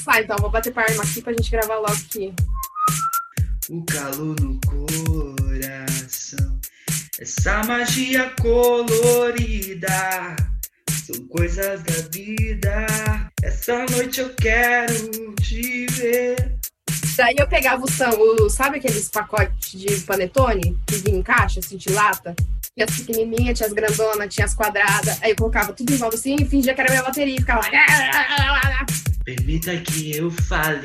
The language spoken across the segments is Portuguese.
começar, então. Vou bater palma aqui pra gente gravar logo aqui. O calor no coração, essa magia colorida, são coisas da vida. Essa noite eu quero te ver. Daí eu pegava sabe aqueles pacotes de panetone que vinha em caixa, assim, de lata? Tinha as pequenininhas, tinha as grandonas, tinha as quadradas. Aí eu colocava tudo em volta assim e fingia que era minha bateria e ficava... Permita que eu fale.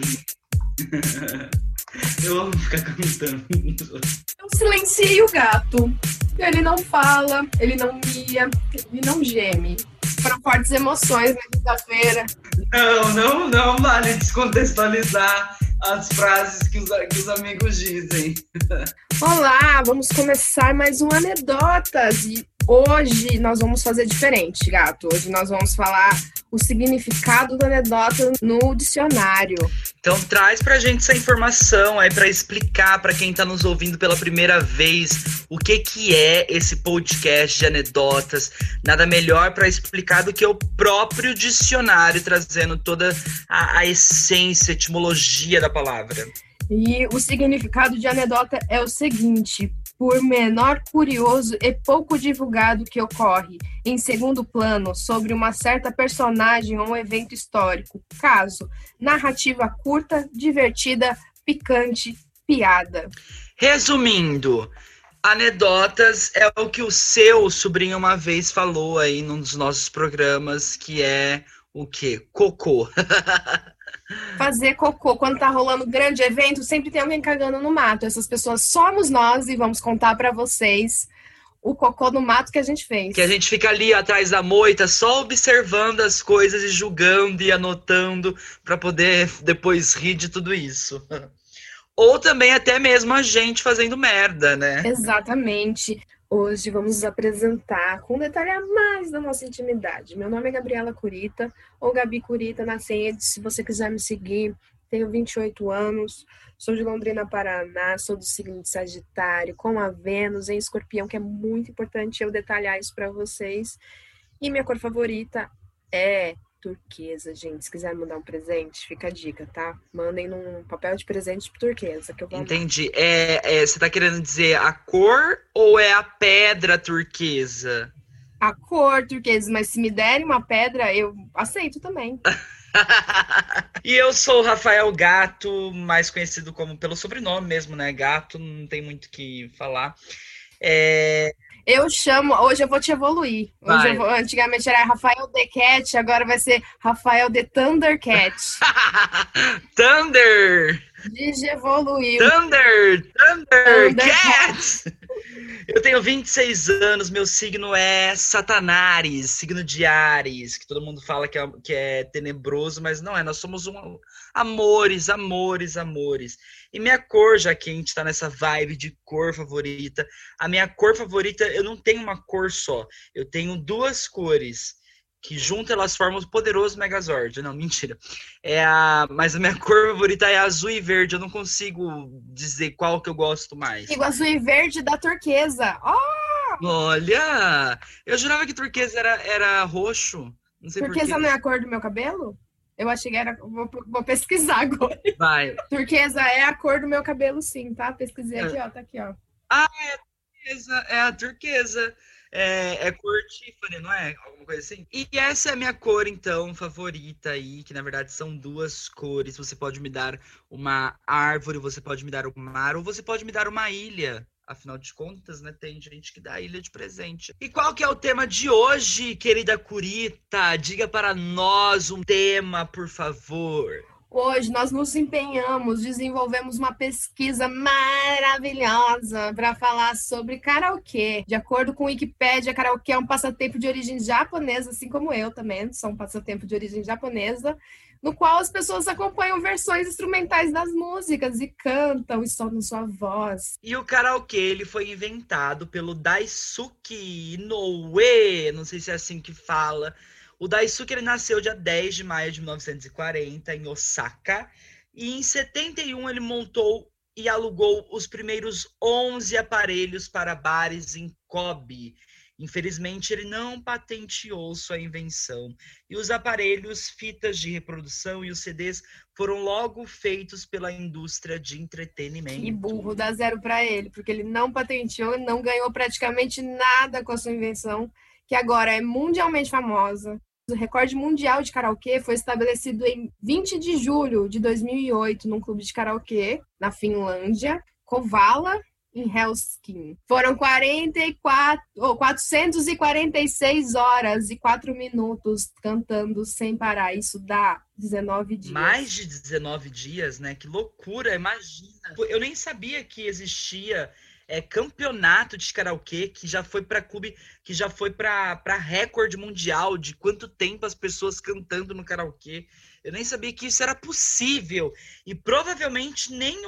Eu amo ficar cantando. Eu silencio o gato. Ele não fala, ele não mia, ele não geme. Foram fortes emoções na quinta-feira. Não vale descontextualizar as frases que os amigos dizem. Olá, vamos começar mais um Anedotas. E hoje nós vamos fazer diferente, gato. Hoje nós vamos falar o significado da anedota no dicionário. Então traz pra gente essa informação aí pra explicar pra quem tá nos ouvindo pela primeira vez o que é esse podcast de anedotas. Nada melhor pra explicar do que o próprio dicionário, trazendo toda a essência, a etimologia da palavra. E o significado de anedota é o seguinte: por menor curioso e pouco divulgado que ocorre em segundo plano sobre uma certa personagem ou evento histórico. Caso, narrativa curta, divertida, picante, piada. Resumindo, anedotas é o que o seu sobrinho uma vez falou aí num dos nossos programas, que é o quê? Cocô. Fazer cocô. Quando tá rolando grande evento, sempre tem alguém cagando no mato. Essas pessoas somos nós e vamos contar pra vocês o cocô no mato que a gente fez. Que a gente fica ali atrás da moita só observando as coisas e julgando e anotando pra poder depois rir de tudo isso. Ou também até mesmo a gente fazendo merda, né? Exatamente. Hoje vamos nos apresentar com um detalhe a mais da nossa intimidade. Meu nome é Gabriela Curita, ou Gabi Curita na senha, se você quiser me seguir. Tenho 28 anos, sou de Londrina, Paraná, sou do signo de Sagitário, com a Vênus em Escorpião, que é muito importante eu detalhar isso para vocês. E minha cor favorita é turquesa, gente. Se quiser mandar um presente, fica a dica, tá? Mandem num papel de presente turquesa, que eu vou amar. Entendi. Você tá querendo dizer a cor ou é a pedra turquesa? A cor turquesa, mas se me derem uma pedra, eu aceito também. E eu sou o Rafael Gato, mais conhecido como pelo sobrenome mesmo, né? Gato, não tem muito o que falar. Eu chamo, hoje eu vou te evoluir. Antigamente era Rafael The Cat, agora vai ser Rafael The Thundercat. Thunder! Digievoluiu. Thundercat! Eu tenho 26 anos, meu signo é Satanares, signo de Áries, que todo mundo fala que é tenebroso, mas não é, nós somos amores. E minha cor, já que a gente tá nessa vibe de cor favorita, a minha cor favorita, eu não tenho uma cor só, eu tenho duas cores, que juntas elas formam o poderoso Megazord. Não, mentira. Mas a minha cor favorita é azul e verde. Eu não consigo dizer qual que eu gosto mais. Digo azul e verde da turquesa. Oh! Olha! Eu jurava que turquesa era roxo. Não sei turquesa porquê. não é a cor do meu cabelo? Eu achei que era... Vou pesquisar agora. Vai. Turquesa é a cor do meu cabelo, sim, tá? Pesquisei aqui, ó. Tá aqui, ó. Ah, é a turquesa. É a turquesa. É cor Tiffany, não é? Alguma coisa assim? E essa é a minha cor, então, favorita aí, que na verdade são duas cores. Você pode me dar uma árvore, você pode me dar um mar, ou você pode me dar uma ilha. Afinal de contas, né, tem gente que dá ilha de presente. E qual que é o tema de hoje, querida Curita? Diga para nós um tema, por favor. Hoje nós nos empenhamos, desenvolvemos uma pesquisa maravilhosa para falar sobre karaokê. De acordo com o Wikipédia, karaokê é um passatempo de origem japonesa, assim como eu também sou um passatempo de origem japonesa, no qual as pessoas acompanham versões instrumentais das músicas e cantam e soltam sua voz. E o karaokê, ele foi inventado pelo Daisuke Inoue, não sei se é assim que fala. O Daisuke, ele nasceu dia 10 de maio de 1940 em Osaka, e em 71 ele montou e alugou os primeiros 11 aparelhos para bares em Kobe, Infelizmente, ele não patenteou sua invenção. E os aparelhos, fitas de reprodução e os CDs foram logo feitos pela indústria de entretenimento. Que burro, dá 0 para ele, porque ele não patenteou e não ganhou praticamente nada com a sua invenção, que agora é mundialmente famosa. O recorde mundial de karaokê foi estabelecido em 20 de julho de 2008, num clube de karaokê na Finlândia, Kovala, em Helsinki. Foram 446 horas e 4 minutos cantando sem parar. Isso dá 19 dias. Mais de 19 dias, né? Que loucura, imagina. Eu nem sabia que existia campeonato de karaokê que já foi para clube, que já foi para recorde mundial de quanto tempo as pessoas cantando no karaokê. Eu nem sabia que isso era possível. E provavelmente nem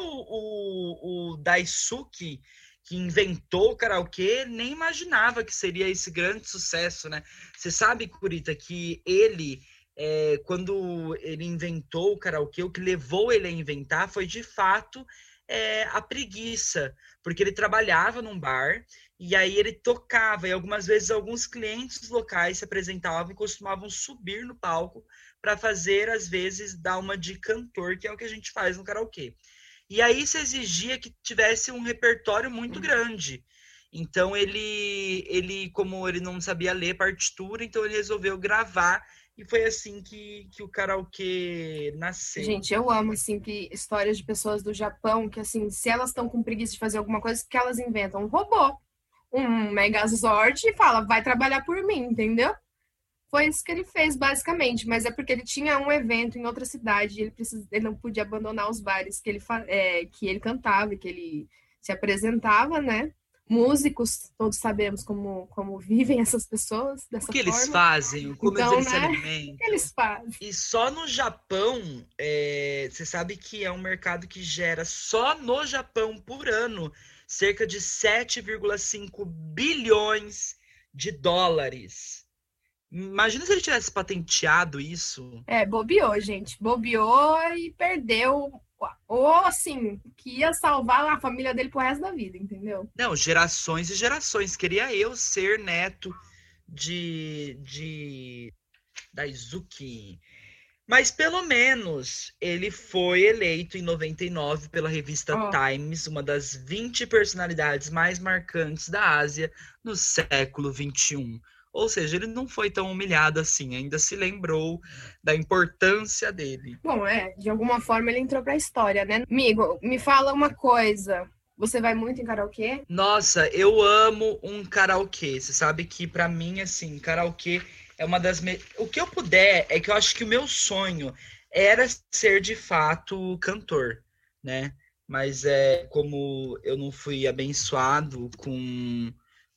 o Daisuke, que inventou o karaokê, nem imaginava que seria esse grande sucesso, né? Você sabe, Kurita, que ele, quando ele inventou o karaokê, o que levou ele a inventar foi, de fato, a preguiça. Porque ele trabalhava num bar e aí ele tocava. E algumas vezes alguns clientes locais se apresentavam e costumavam subir no palco para fazer, às vezes, dar uma de cantor, que é o que a gente faz no karaokê. E aí se exigia que tivesse um repertório muito grande. Então ele como ele não sabia ler partitura, então ele resolveu gravar, e foi assim que o karaokê nasceu. Gente, eu amo, assim, que histórias de pessoas do Japão, que, assim, se elas estão com preguiça de fazer alguma coisa, que elas inventam um robô, um Megazord, e fala, vai trabalhar por mim, entendeu? Foi isso que ele fez, basicamente, mas é porque ele tinha um evento em outra cidade, e ele não podia abandonar os bares que ele cantava e que ele se apresentava, né? Músicos, todos sabemos como vivem essas pessoas dessa forma. O que eles fazem, como então, eles se né? alimentam. O que eles fazem? E só no Japão, você sabe que é um mercado que gera, só no Japão, por ano, cerca de 7,5 bilhões de dólares. Imagina se ele tivesse patenteado isso. Bobeou, gente. Bobeou e perdeu. Ou, assim, que ia salvar a família dele pro resto da vida, entendeu? Não, gerações e gerações. Queria eu ser neto de Daisuke. Mas, pelo menos, ele foi eleito em 99 pela revista Times, uma das 20 personalidades mais marcantes da Ásia no século XXI. Ou seja, ele não foi tão humilhado assim, ainda se lembrou da importância dele. Bom, de alguma forma ele entrou pra história, né? Amigo, me fala uma coisa. Você vai muito em karaokê? Nossa, eu amo um karaokê. Você sabe que pra mim, assim, karaokê é uma das... O que eu puder, é que eu acho que o meu sonho era ser, de fato, cantor, né? Mas como eu não fui abençoado com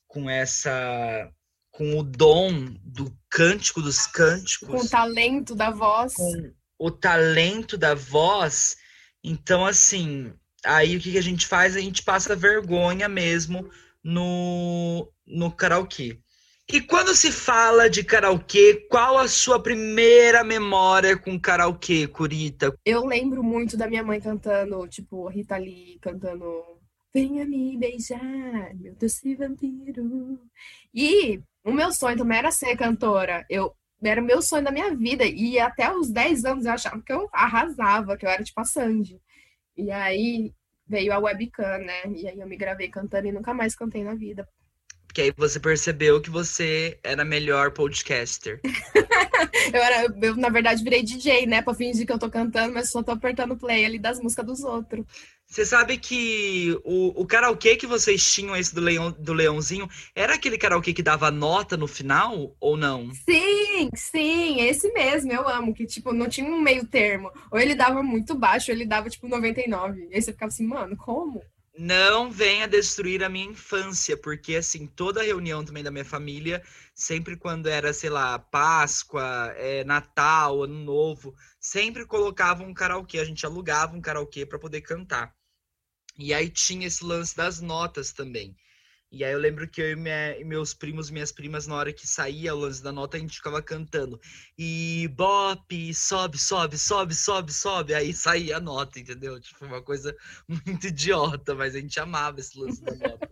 o dom do cântico dos cânticos. Com o talento da voz. Com o talento da voz. Então, assim, aí o que a gente faz? A gente passa vergonha mesmo no karaokê. E quando se fala de karaokê, qual a sua primeira memória com karaokê, Kurita? Eu lembro muito da minha mãe cantando, tipo, Rita Lee cantando Venha me beijar, meu doce vampiro. E o meu sonho também era ser cantora. Era o meu sonho da minha vida. E até os 10 anos eu achava que eu arrasava, que eu era tipo a Sandy. E aí veio a webcam, né? E aí eu me gravei cantando e nunca mais cantei na vida. Porque aí você percebeu que você era melhor podcaster. Eu, na verdade, virei DJ, né? Pra fingir que eu tô cantando, mas só tô apertando play ali das músicas dos outros. Você sabe que o karaokê que vocês tinham, esse do Leãozinho, era aquele karaokê que dava nota no final, ou não? Sim, esse mesmo, eu amo. Que, tipo, não tinha um meio termo. Ou ele dava muito baixo, ou ele dava, tipo, 99. E aí você ficava assim, mano, como? Não venha destruir a minha infância, porque, assim, toda reunião também da minha família, sempre quando era, sei lá, Páscoa, Natal, Ano Novo, sempre colocava um karaokê, a gente alugava um karaokê para poder cantar. E aí tinha esse lance das notas também. E aí eu lembro que eu e meus primos, minhas primas, na hora que saía o lance da nota, a gente ficava cantando. E bop, sobe, sobe, sobe, sobe, sobe. Aí saía a nota, entendeu? Tipo, uma coisa muito idiota, mas a gente amava esse lance da nota.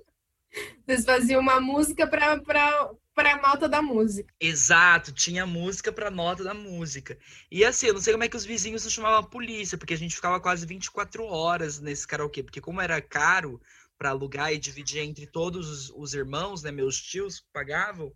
Vocês faziam uma música para a nota da música. Exato, tinha música pra nota da música. E assim, eu não sei como é que os vizinhos não chamavam a polícia, porque a gente ficava quase 24 horas nesse karaokê, porque como era caro pra alugar e dividir entre todos os irmãos, né, meus tios pagavam,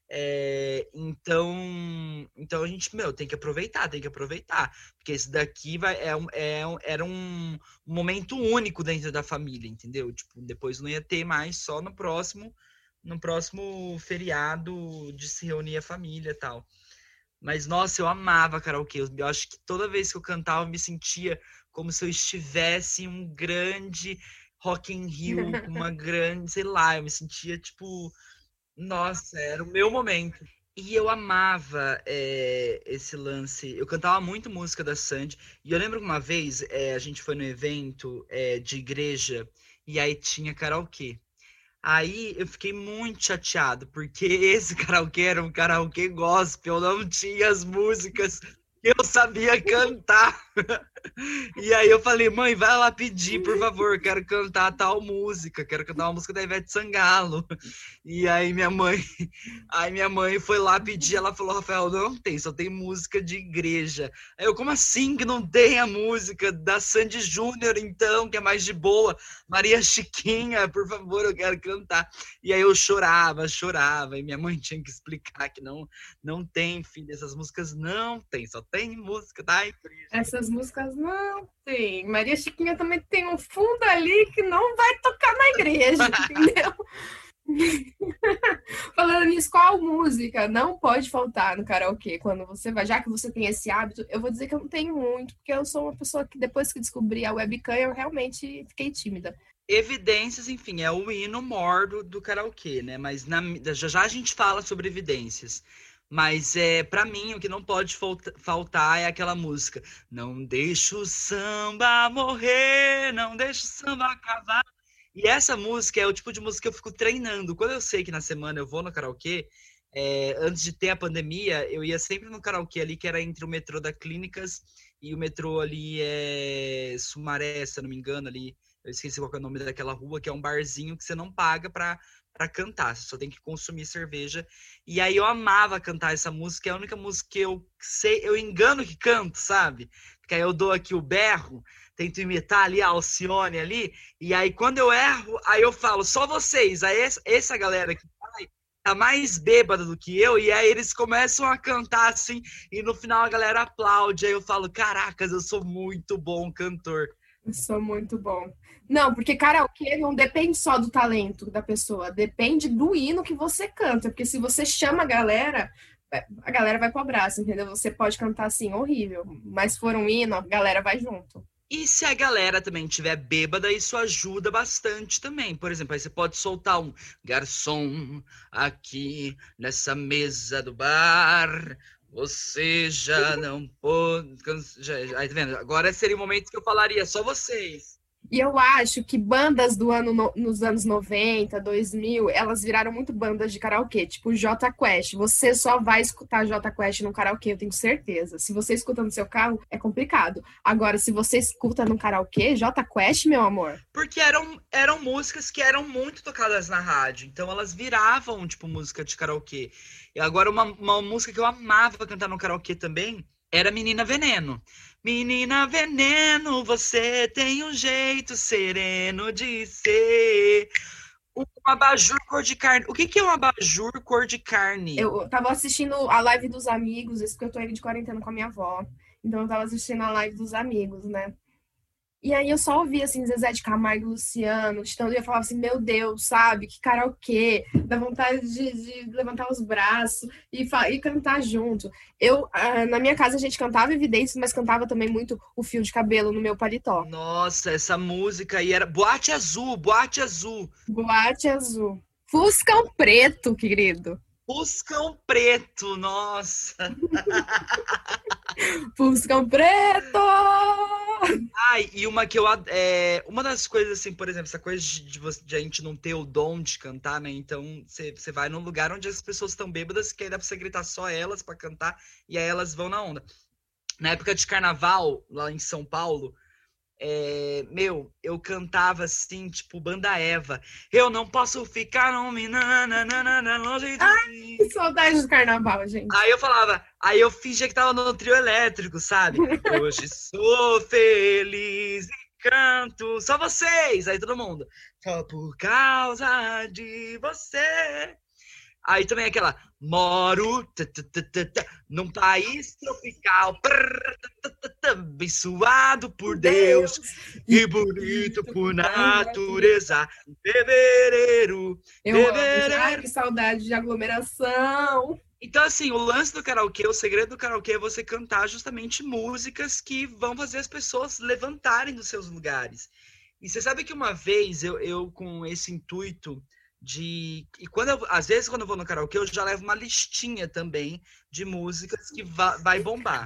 então a gente, meu, tem que aproveitar, porque esse daqui era um momento único dentro da família, entendeu? Tipo, depois não ia ter mais, só no próximo feriado de se reunir a família e tal. Mas, nossa, eu amava karaokê. Eu acho que toda vez que eu cantava, eu me sentia como se eu estivesse em um grande Rock in Rio, com uma grande, sei lá, eu me sentia tipo, nossa, era o meu momento. E eu amava esse lance. Eu cantava muito música da Sandy. E eu lembro que uma vez a gente foi no evento de igreja e aí tinha karaokê. Aí eu fiquei muito chateado, porque esse karaokê era um karaokê gospel, não tinha as músicas que eu sabia cantar. E aí eu falei, mãe, vai lá pedir, por favor, quero cantar tal música, quero cantar uma música da Ivete Sangalo. E aí minha mãe foi lá pedir, ela falou, Rafael, não tem, só tem música de igreja. Aí eu, como assim que não tem a música da Sandy Júnior, então, que é mais de boa? Maria Chiquinha, por favor, eu quero cantar. E aí eu chorava, e minha mãe tinha que explicar que não tem, filha, essas músicas não tem, só tem música da igreja. Essas músicas não tem. Maria Chiquinha também tem um fundo ali que não vai tocar na igreja, entendeu? Falando nisso, qual música não pode faltar no karaokê quando você vai? Já que você tem esse hábito, eu vou dizer que eu não tenho muito, porque eu sou uma pessoa que depois que descobri a webcam, eu realmente fiquei tímida. Evidências, enfim, é o hino mor do karaokê, né? Mas já já a gente fala sobre evidências. Mas para mim o que não pode faltar é aquela música. Não deixa o samba morrer, não deixa o samba acabar. E essa música é o tipo de música que eu fico treinando. Quando eu sei que na semana eu vou no karaokê, antes de ter a pandemia, eu ia sempre no karaokê ali, que era entre o metrô da Clínicas e o metrô ali Sumaré, se eu não me engano, ali. Eu esqueci qual é o nome daquela rua, que é um barzinho que você não paga pra cantar, você só tem que consumir cerveja. E aí eu amava cantar essa música, é a única música que eu sei, eu engano que canto, sabe? Porque aí eu dou aqui o berro, tento imitar ali a Alcione ali, e aí quando eu erro, aí eu falo, só vocês, aí essa galera que tá mais bêbada do que eu, e aí eles começam a cantar assim, e no final a galera aplaude, aí eu falo, caracas, eu sou muito bom cantor. Eu sou muito bom. Não, porque karaokê não depende só do talento da pessoa, depende do hino que você canta. Porque se você chama a galera vai pro abraço, entendeu? Você pode cantar assim, horrível, mas se for um hino, a galera vai junto. E se a galera também tiver bêbada, isso ajuda bastante também. Por exemplo, aí você pode soltar um garçom aqui nessa mesa do bar. Você já não pode. Aí tá vendo? Agora seria o momento que eu falaria só vocês. E eu acho que bandas nos anos 90, 2000, elas viraram muito bandas de karaokê, tipo Jota Quest. Você só vai escutar Jota Quest no karaokê, eu tenho certeza. Se você escuta no seu carro, é complicado. Agora, se você escuta no karaokê, Jota Quest, meu amor. Porque eram músicas que eram muito tocadas na rádio. Então elas viravam, tipo, música de karaokê. E agora, uma música que eu amava cantar no karaokê também era Menina Veneno. Menina Veneno, você tem um jeito sereno de ser. Um abajur cor de carne. O que é um abajur cor de carne? Eu tava assistindo a live dos amigos, isso porque eu tô aí de quarentena com a minha avó. Então eu tava assistindo a live dos amigos, né? E aí eu só ouvia, assim, Zezé de Camargo e Luciano, então eu falava assim, meu Deus, sabe, que karaokê, dá vontade de levantar os braços e cantar junto. Na minha casa a gente cantava Evidências, mas cantava também muito o Fio de Cabelo no meu paletó. Nossa, essa música aí era Boate Azul, Boate Azul. Boate Azul. Fuscão Preto, querido. Fuscão Preto, nossa. Fuscão Preto! Ai, e uma das coisas assim, por exemplo, essa coisa de a gente não ter o dom de cantar, né? Então você vai num lugar onde as pessoas estão bêbadas, que aí dá pra você gritar só elas pra cantar, e aí elas vão na onda. Na época de carnaval, lá em São Paulo, Eu cantava assim, tipo, Banda Eva. Eu não posso ficar longe de mim. Que saudade do carnaval, gente. Aí eu fingia que tava no trio elétrico, sabe? Hoje sou feliz e canto, só vocês, aí todo mundo. Só por causa de você. Aí também aquela, moro num país tropical, abençoado por Deus e bonito por natureza. Fevereiro. Ai, que saudade de aglomeração. Então, assim, o lance do karaokê, o segredo do karaokê é você cantar justamente músicas que vão fazer as pessoas levantarem dos seus lugares. E você sabe que uma vez eu com esse intuito de... E às vezes, quando eu vou no karaokê, eu já levo uma listinha também de músicas que vai bombar.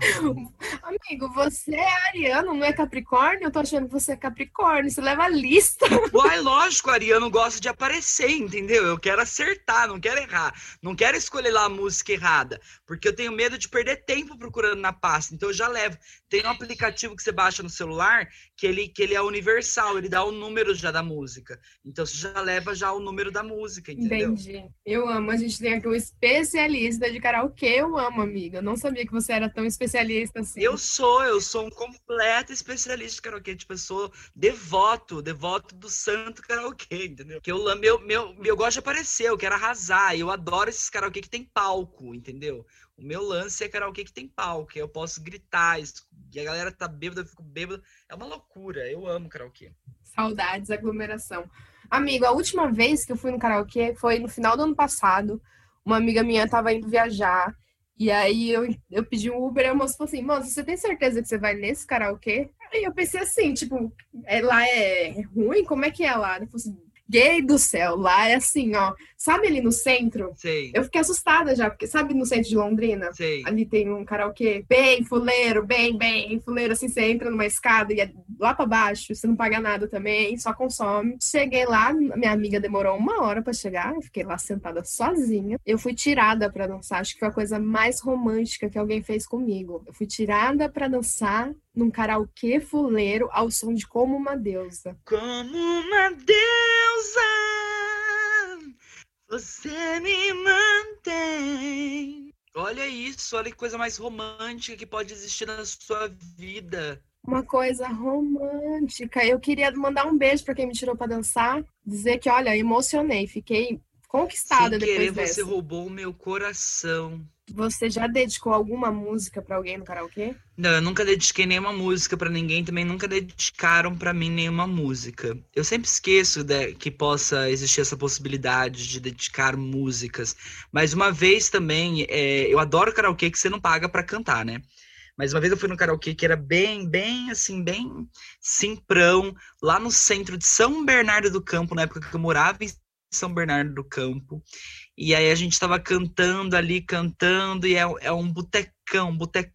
Amigo, você é ariano, não é capricórnio? Eu tô achando que você é capricórnio, você leva a lista. Uai, lógico, ariano gosta de aparecer, entendeu? Eu quero acertar, não quero errar. Não quero escolher lá a música errada, porque eu tenho medo de perder tempo procurando na pasta. Então eu já levo. Tem um aplicativo que você baixa no celular que ele é universal, ele dá o número já da música. Então você já leva já o número da música, entendeu? Entendi. Eu amo. A gente tem aqui um especialista de karaokê. Eu amo, amiga. Eu não sabia que você era tão especialista assim. Eu sou um completo especialista de karaokê. Tipo, eu sou devoto do santo karaokê, entendeu? Que eu gosto de aparecer, eu quero arrasar. Eu adoro esses karaokê que tem palco, entendeu? O meu lance é karaokê que tem palco, que eu posso gritar, e a galera tá bêbada, eu fico bêbado. É uma loucura, eu amo karaokê. Saudades, aglomeração. Amigo, a última vez que eu fui no karaokê foi no final do ano passado. Uma amiga minha tava indo viajar, e aí eu pedi um Uber, e a moça falou assim, moça, você tem certeza que você vai nesse karaokê? Aí eu pensei assim, tipo, lá é ruim? Como é que é lá? Eu falei assim, gay do céu, lá é assim, ó. Sabe ali no centro? Sei. Eu fiquei assustada já, porque sabe no centro de Londrina? Sei. Ali tem um karaokê bem fuleiro, bem fuleiro, assim, você entra numa escada e é lá pra baixo, você não paga nada também, só consome. Cheguei lá, minha amiga demorou 1 hora pra chegar, eu fiquei lá sentada sozinha. Eu fui tirada pra dançar, acho que foi a coisa mais romântica que alguém fez comigo. Eu fui tirada pra dançar num karaokê fuleiro ao som de Como uma Deusa. Como uma deusa, você me mantém. Olha isso, olha que coisa mais romântica que pode existir na sua vida. Uma coisa romântica. Eu queria mandar um beijo pra quem me tirou pra dançar, dizer que, olha, emocionei, fiquei conquistada depois querer, dessa. você roubou o meu coração. Você já dedicou alguma música pra alguém no karaokê? Não, eu nunca dediquei nenhuma música pra ninguém, também nunca dedicaram pra mim nenhuma música. Eu sempre esqueço que possa existir essa possibilidade de dedicar músicas. Mas uma vez também, eu adoro karaokê que você não paga pra cantar, né? Mas uma vez eu fui no karaokê que era bem simprão, lá no centro de São Bernardo do Campo, na época que eu morava em São Bernardo do Campo. E aí a gente tava cantando ali, e é um botecão.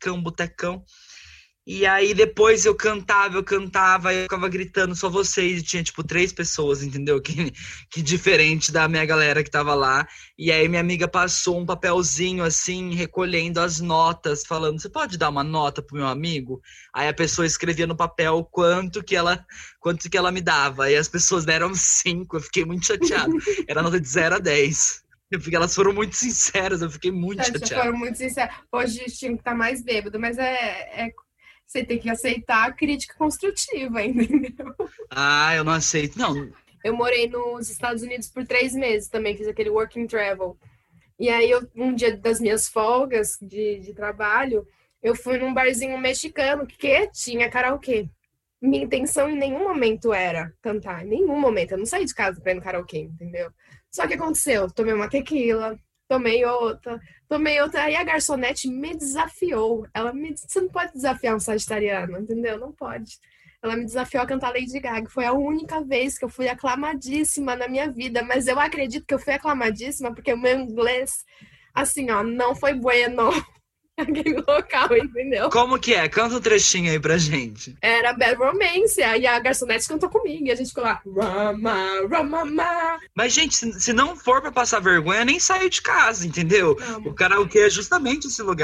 E aí depois eu cantava, e eu ficava gritando só vocês, e tinha tipo 3 pessoas, entendeu? Que diferente da minha galera que tava lá. E aí minha amiga passou um papelzinho assim, recolhendo as notas, falando, você pode dar uma nota pro meu amigo? Aí a pessoa escrevia no papel quanto que ela me dava. E as pessoas deram 5, eu fiquei muito chateado. Era nota de 0 a 10. Porque elas foram muito sinceras, eu fiquei muito chateado. Foram muito sinceras. Hoje tinha que estar mais bêbado, mas você tem que aceitar a crítica construtiva, entendeu? Ah, eu não aceito, não. Eu morei nos Estados Unidos por 3 meses também, fiz aquele work and travel. E aí, um dia das minhas folgas de trabalho, eu fui num barzinho mexicano que tinha karaokê. Minha intenção em nenhum momento era cantar, em nenhum momento. Eu não saí de casa pra ir no karaokê, entendeu? Só que aconteceu, tomei uma tequila, tomei outra. Aí a garçonete me desafiou. Ela me disse, você não pode desafiar um sagitariano, entendeu? Não pode. Ela me desafiou a cantar Lady Gaga. Foi a única vez que eu fui aclamadíssima na minha vida. Mas eu acredito que eu fui aclamadíssima porque o meu inglês, assim, ó, não foi bueno naquele local, entendeu? Como que é? Canta um trechinho aí pra gente. Era Bad Romance, aí a garçonete cantou comigo, e a gente ficou lá, Rama. Mas, gente, se não for pra passar vergonha, nem saio de casa, entendeu? Não. O karaokê é justamente esse lugar.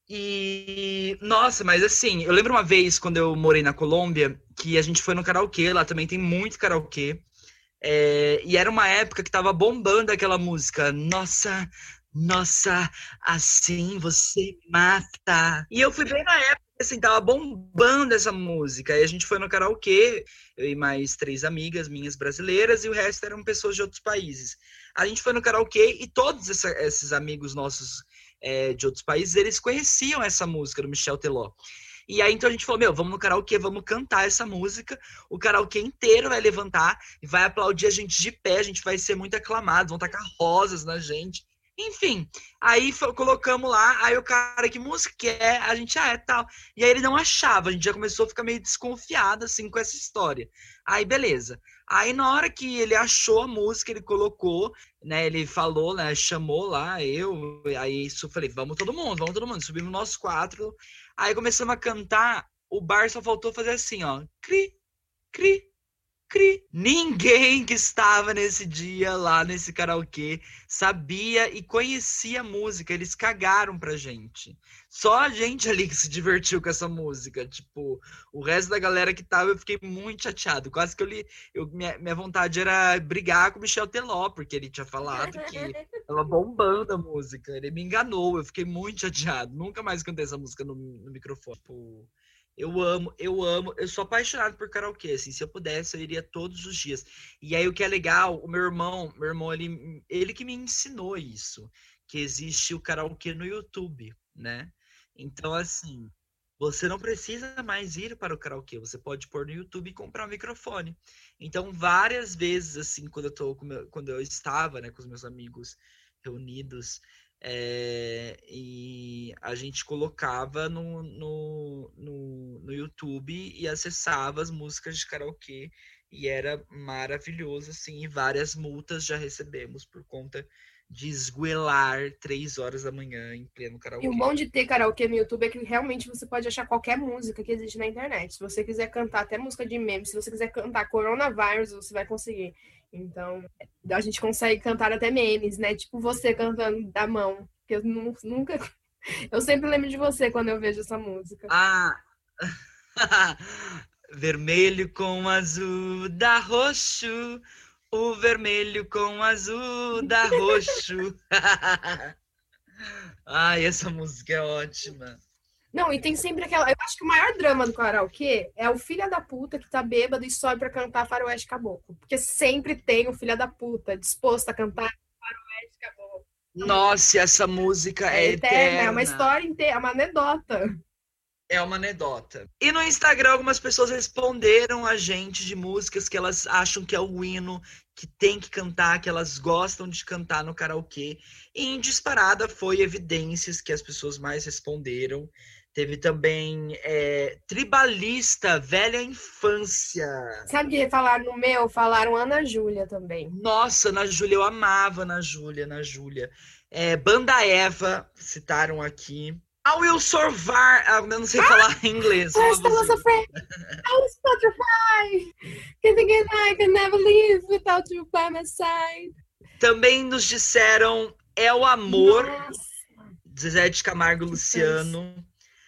E, nossa, mas assim, eu lembro uma vez quando eu morei na Colômbia, que a gente foi no karaokê, lá também tem muito karaokê. E era uma época que tava bombando aquela música. Nossa, nossa, assim você me mata. E eu fui bem na época, assim, tava bombando essa música. E a gente foi no karaokê, eu e mais 3 amigas minhas brasileiras, e o resto eram pessoas de outros países. A gente foi no karaokê e todos esses amigos nossos de outros países, eles conheciam essa música do Michel Teló. E aí, então, a gente falou, meu, vamos no karaokê, vamos cantar essa música. O karaokê inteiro vai levantar e vai aplaudir a gente de pé. A gente vai ser muito aclamado, vão tacar rosas na gente. Enfim, aí colocamos lá, aí o cara, que música que é? A gente, é tal. E aí ele não achava, a gente já começou a ficar meio desconfiado, assim, com essa história. Aí, beleza. Aí, na hora que ele achou a música, ele colocou, né, ele falou, né, chamou lá, aí isso, falei, vamos todo mundo. Subimos nós 4, aí começamos a cantar, o bar só faltou fazer assim, ó, cri, cri, cri. Ninguém que estava nesse dia lá nesse karaokê sabia e conhecia a música, eles cagaram pra gente. Só a gente ali que se divertiu com essa música, tipo, o resto da galera que tava, eu fiquei muito chateado, quase que minha vontade era brigar com o Michel Teló, porque ele tinha falado que tava bombando a música, ele me enganou, eu fiquei muito chateado, nunca mais cantei essa música no microfone, tipo, eu sou apaixonado por karaokê, assim, se eu pudesse, eu iria todos os dias. E aí o que é legal, o meu irmão, ele que me ensinou isso, que existe o karaokê no YouTube, né? Então, assim, você não precisa mais ir para o karaokê, você pode pôr no YouTube e comprar um microfone. Então, várias vezes, assim, quando eu estava, né, com os meus amigos reunidos, e a gente colocava no YouTube e acessava as músicas de karaokê e era maravilhoso, assim, e várias multas já recebemos por conta de esguelar 3 horas da manhã em pleno E o karaokê. bom de ter karaokê no YouTube é que realmente você pode achar qualquer música que existe na internet. Se você quiser cantar até música de meme, se você quiser cantar Coronavírus, você vai conseguir. Então, a gente consegue cantar até memes, né? Tipo você cantando da mão. Que eu nunca. Eu sempre lembro de você quando eu vejo essa música. Ah! Vermelho com azul dá roxo, o vermelho com azul dá roxo. Ai, essa música é ótima. Não, e tem sempre aquela. Eu acho que o maior drama do karaokê é o filho da puta que tá bêbado e sobe pra cantar Faroeste Caboclo. Porque sempre tem o filho da puta disposto a cantar Faroeste Caboclo. Nossa, essa música É é eterna, é uma eterna. história inteira, é uma anedota. É uma anedota. E no Instagram, algumas pessoas responderam a gente de músicas que elas acham que é o hino, que tem que cantar, que elas gostam de cantar no karaokê. E em disparada foi Evidências que as pessoas mais responderam. Teve também Tribalista, Velha Infância. Sabe o que falaram no meu? Falaram Ana Júlia também. Nossa, na Júlia, eu amava na Júlia. Banda Eva, citaram aqui. I Will Survive. Eu não sei falar em inglês. First I was afraid, I was petrified. Thinking I can never live without you by my side. Também nos disseram É o Amor, Nossa. Zezé de Camargo e Luciano.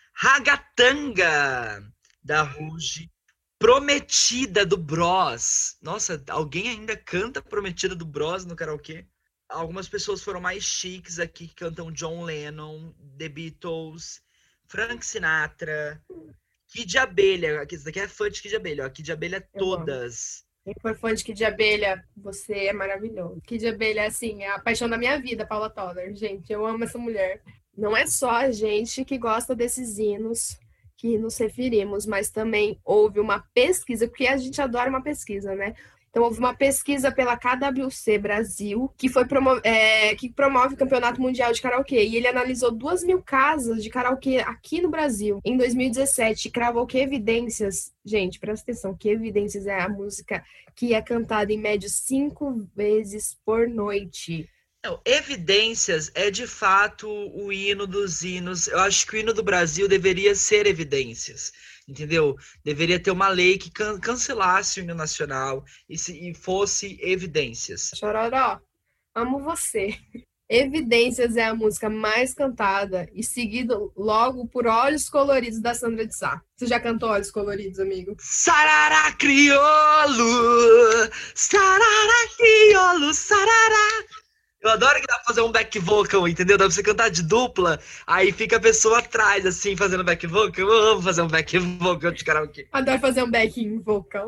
Ragatanga, da Ruge. Prometida, do Bros. Nossa, alguém ainda canta Prometida do Bros no karaokê? Algumas pessoas foram mais chiques aqui, que cantam John Lennon, The Beatles, Frank Sinatra, Kid Abelha. Esse daqui é fã de Kid Abelha, ó. Kid Abelha todas. Quem for fã de Kid Abelha, você é maravilhoso. Kid Abelha, assim, é a paixão da minha vida, Paula Toller. Gente, eu amo essa mulher. Não é só a gente que gosta desses hinos que nos referimos, mas também houve uma pesquisa, porque a gente adora uma pesquisa, né? Então, houve uma pesquisa pela KWC Brasil, que que promove o Campeonato Mundial de Karaokê. E ele analisou 2.000 casas de karaokê aqui no Brasil, em 2017. Cravou que Evidências, gente, presta atenção, que Evidências é a música que é cantada em média 5 vezes por noite. Não, Evidências é de fato o hino dos hinos. Eu acho que o hino do Brasil deveria ser Evidências, entendeu? Deveria ter uma lei que cancelasse o hino nacional e fosse Evidências. Chororó, amo você. Evidências é a música mais cantada e seguido logo por Olhos Coloridos da Sandra de Sá. Você já cantou Olhos Coloridos, amigo? Sarará crioulo, sarará crioulo, sarará. Eu adoro que dá pra fazer um back vocal, entendeu? Dá pra você cantar de dupla, aí fica a pessoa atrás, assim, fazendo back vocal. Eu amo fazer um back vocal de karaokê. Adoro fazer um backing vocal.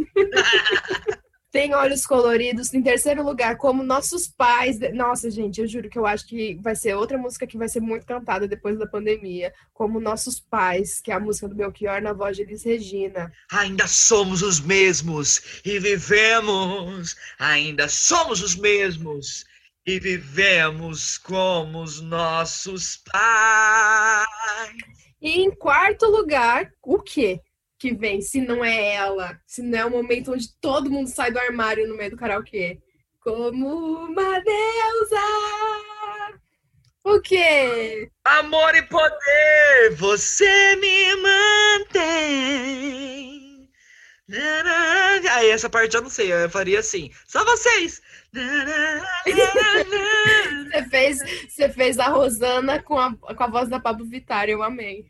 Tem Olhos Coloridos em terceiro lugar, como Nossos Pais. Nossa, gente, eu juro que eu acho que vai ser outra música que vai ser muito cantada depois da pandemia. Como Nossos Pais, que é a música do Belchior na voz de Elis Regina. Ainda somos os mesmos e vivemos. Ainda somos os mesmos e vivemos como os nossos pais. E em quarto lugar, o quê? Que vem, se não é ela, se não é o momento onde todo mundo sai do armário no meio do karaokê. Como uma deusa! O quê? Amor e poder, você me mantém. Aí essa parte eu não sei, eu faria assim. Só vocês. Você fez a Rosana com a voz da Pablo Vittar, eu amei.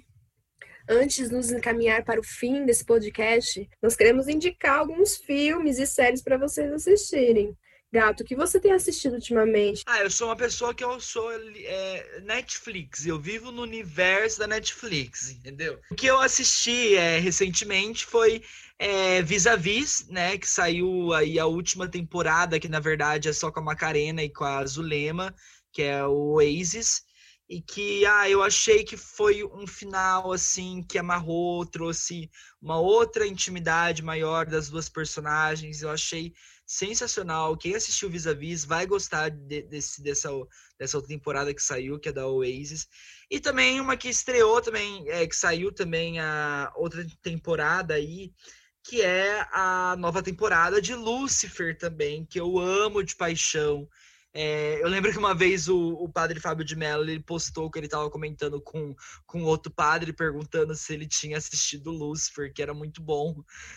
Antes de nos encaminhar para o fim desse podcast, nós queremos indicar alguns filmes e séries para vocês assistirem. Gato, o que você tem assistido ultimamente? Eu sou uma pessoa que eu sou Netflix. Eu vivo no universo da Netflix, entendeu? O que eu assisti recentemente foi Vis-a-Vis, né? Que saiu aí a última temporada, que na verdade é só com a Macarena e com a Zulema, que é o Oasis. E que eu achei que foi um final assim que amarrou, trouxe uma outra intimidade maior das duas personagens. Eu achei sensacional. Quem assistiu Vis-a-Vis vai gostar dessa outra temporada que saiu, que é da Oasis. E também uma que estreou também, que saiu também a outra temporada aí, que é a nova temporada de Lúcifer também, que eu amo de paixão. Eu lembro que uma vez o padre Fábio de Mello, ele postou que ele estava comentando com outro padre, perguntando se ele tinha assistido Lúcifer, que era muito bom.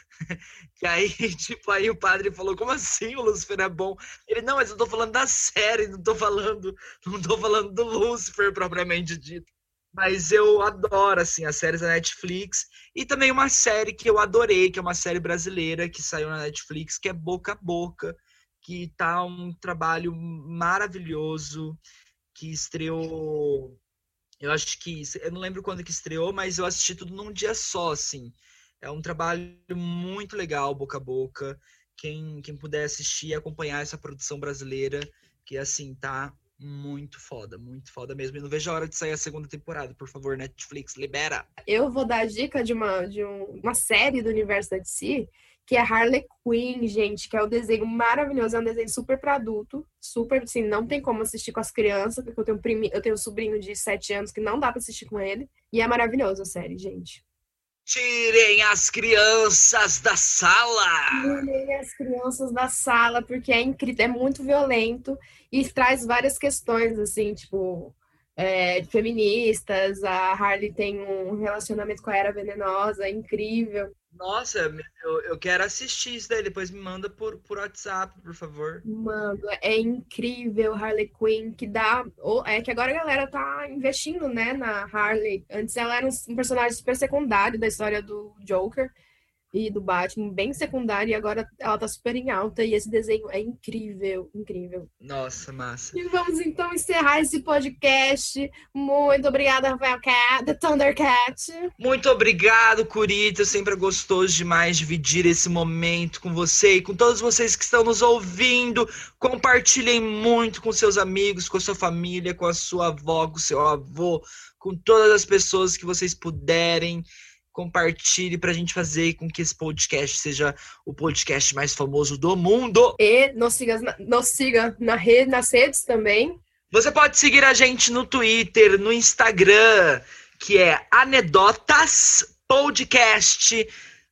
Que aí, aí o padre falou, como assim o Lúcifer é bom? Ele, não, mas eu tô falando da série, não tô falando do Lúcifer propriamente dito. Mas eu adoro, assim, as séries da Netflix. E também uma série que eu adorei, que é uma série brasileira que saiu na Netflix, que é Boca a Boca, que tá um trabalho maravilhoso, que estreou, eu acho que, eu não lembro quando que estreou, mas eu assisti tudo num dia só, assim. É um trabalho muito legal, Boca a Boca. Quem puder assistir e acompanhar essa produção brasileira, que, assim, tá muito foda mesmo. E não vejo a hora de sair a segunda temporada, por favor, Netflix, libera! Eu vou dar a dica de uma série do universo da DC, que é Harley Quinn, gente, que é um desenho maravilhoso, é um desenho super para adulto, super, assim, não tem como assistir com as crianças, porque eu tenho um sobrinho de 7 anos que não dá para assistir com ele, e é maravilhosa a série, gente. Tirem as crianças da sala! Tirem as crianças da sala, porque é incrível, é muito violento e traz várias questões, assim, tipo, feministas, a Harley tem um relacionamento com a Era Venenosa, é incrível. Nossa, eu quero assistir isso daí. Depois me manda por WhatsApp, por favor. Mano, é incrível Harley Quinn, que dá. Que agora a galera tá investindo, né, na Harley. Antes ela era um personagem super secundário da história do Joker e do Batman, bem secundário, e agora ela tá super em alta, e esse desenho é incrível, incrível. Nossa, massa. E vamos então encerrar esse podcast. Muito obrigada, Rafael Cat, The Thundercat. Muito obrigado, Curita. Sempre é gostoso demais dividir esse momento com você e com todos vocês que estão nos ouvindo. Compartilhem muito com seus amigos, com a sua família, com a sua avó, com o seu avô, com todas as pessoas que vocês puderem. Compartilhe pra gente fazer com que esse podcast seja o podcast mais famoso do mundo. E nos siga nas redes também. Você pode seguir a gente no Twitter, no Instagram, que é Anedotas Podcast.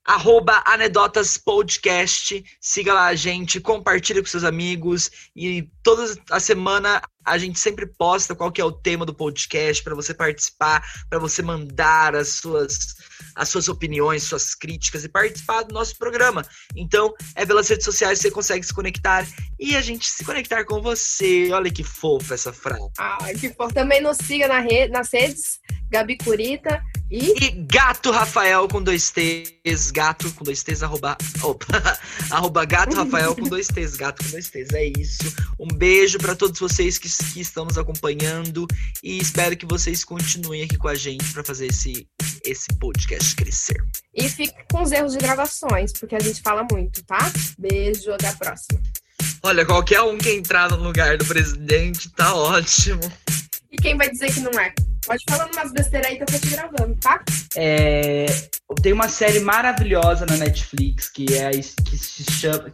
@anedotas podcast, siga lá a gente, compartilhe com seus amigos e toda a semana a gente sempre posta qual que é o tema do podcast para você participar, para você mandar as suas opiniões, suas críticas e participar do nosso programa. Então, pelas redes sociais que você consegue se conectar e a gente se conectar com você. Olha que fofa essa frase. Ai, que fofo. Também nos siga nas redes, Gabi Curita e Gato Rafael com 2 T's, gato com 2 T's, arroba Gato Rafael com 2 T's, gato com 2 T's, é isso. Um beijo para todos vocês que estão nos acompanhando e espero que vocês continuem aqui com a gente para fazer esse podcast crescer. E fique com os erros de gravações, porque a gente fala muito, tá? Beijo, até a próxima. Olha, qualquer um que entrar no lugar do presidente tá ótimo. E quem vai dizer que não é? Pode falar umas besteiras aí que eu tô te gravando, tá? Tem uma série maravilhosa na Netflix que se chama...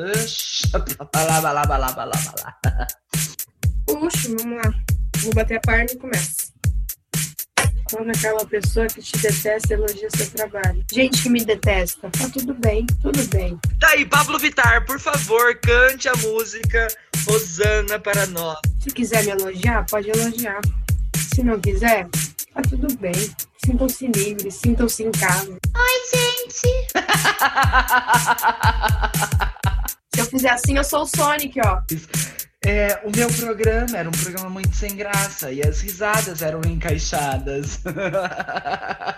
Puxa, vamos lá. Vou bater a perna e começa. Quando aquela pessoa que te detesta elogia seu trabalho. Gente que me detesta, tá tudo bem, tudo bem. Tá aí, Pablo Vittar, por favor, cante a música Rosana para nós. Se quiser me elogiar, pode elogiar. Se não quiser, tá tudo bem. Sintam-se livres, sintam-se em casa. Oi, gente! Se eu fizer assim, eu sou o Sonic, ó. O meu programa era um programa muito sem graça e as risadas eram encaixadas.